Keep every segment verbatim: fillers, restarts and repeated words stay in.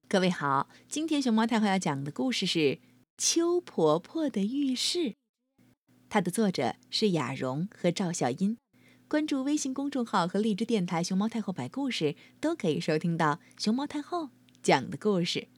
各位好，今天熊猫太后要讲的故事是《秋婆婆的浴室》，它的作者是雅蓉和赵小音。关注微信公众号和荔枝电台熊猫太后摆故事，都可以收听到熊猫太后讲的故事。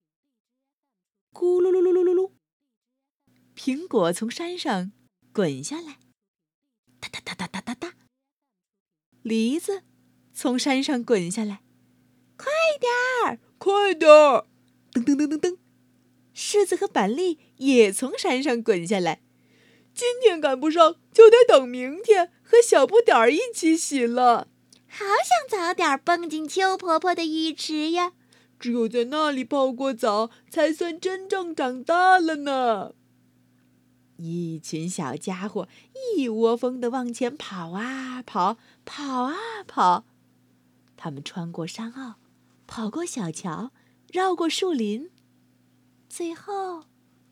咕噜噜噜噜噜噜，苹果从山上滚下来，哒哒哒哒哒哒哒。梨子从山上滚下来，快点儿！ 快点儿！ 噔噔噔噔噔，柿子和板栗也从山上滚下来。 今天赶不上，就得等明天和小不点儿一起洗了。 好想早点蹦进秋婆婆的浴池呀！ 只有在那里泡过澡，才算真正长大了呢。 一群小家伙一窝蜂地往前跑啊跑，跑啊跑。他们穿过山坳，跑过小桥，绕过树林，最后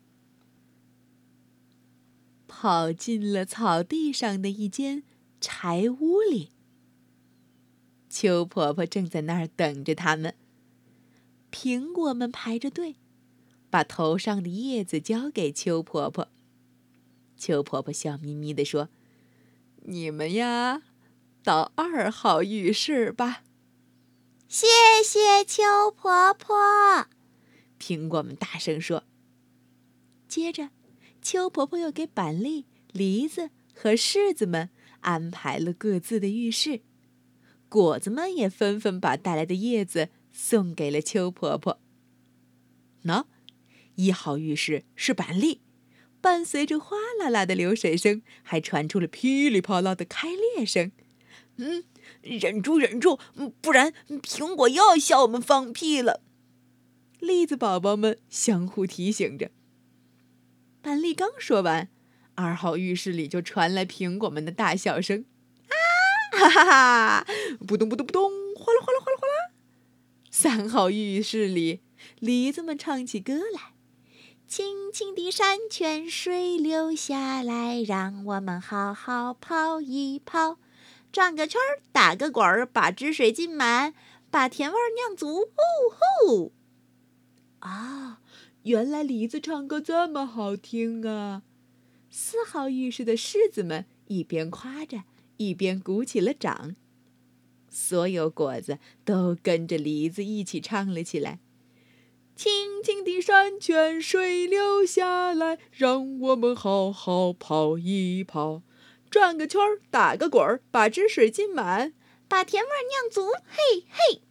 跑进了草地上的一间柴屋里。秋婆婆正在那儿等着他们。苹果们排着队，把头上的叶子交给秋婆婆。秋婆婆笑眯眯地说：“你们呀，到二号浴室吧。” 谢谢秋婆婆， 苹果们大声说。接着，秋婆婆又给板栗、梨子和柿子们安排了各自的浴室。果子们也纷纷把带来的叶子送给了秋婆婆。喏，一号浴室是板栗，伴随着哗啦啦的流水声，还传出了噼里啪啦的开裂声。 嗯，忍住忍住，不然苹果又要笑我们放屁了。 栗子宝宝们相互提醒着。板栗刚说完，二号浴室里就传来苹果们的大笑声。啊，哈哈哈！扑通扑通扑通，哗啦哗啦哗啦哗啦。三号浴室里，梨子们唱起歌来。 清清的山泉水流下来，让我们好好泡一泡。转个圈儿，打个滚儿，把汁水浸满，把甜味儿酿足。呼呼！ 啊，原来梨子唱歌这么好听啊！四号浴室的柿子们一边夸着，一边鼓起了掌。所有果子都跟着梨子一起唱了起来。 清清的山泉水流下来，让我们好好泡一泡。转个圈儿，打个滚儿，把汁水浸满， 把甜味酿足。嘿嘿！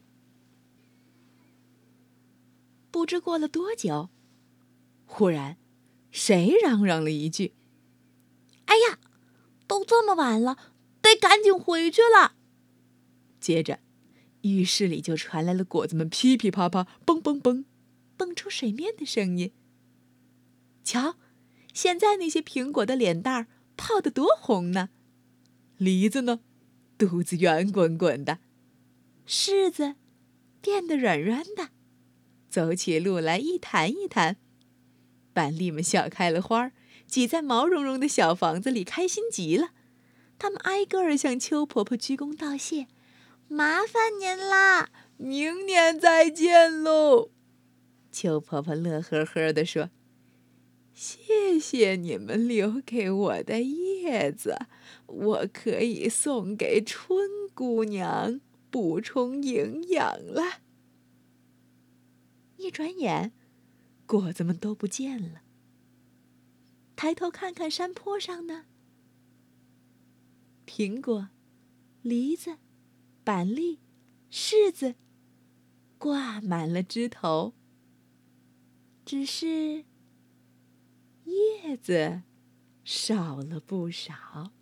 不知过了多久，忽然，谁嚷嚷了一句：“ 哎呀，都这么晚了，得赶紧回去了。” 接着，浴室里就传来了果子们噼噼啪啪、蹦蹦蹦、蹦出水面的声音。瞧，现在那些苹果的脸蛋儿泡得多红呢！梨子呢，肚子圆滚滚的；柿子变得软软的，走起路来一弹一弹。板栗们笑开了花，挤在毛茸茸的小房子里，开心极了。他们挨个儿向秋婆婆鞠躬道谢。 麻烦您啦， 明年再见喽。 秋婆婆乐呵呵地说：“谢谢你们留给我的叶子，我可以送给春姑娘补充营养了。”一转眼，果子们都不见了。抬头看看山坡上呢，苹果、梨子、板栗、柿子挂满了枝头，只是叶子少了不少。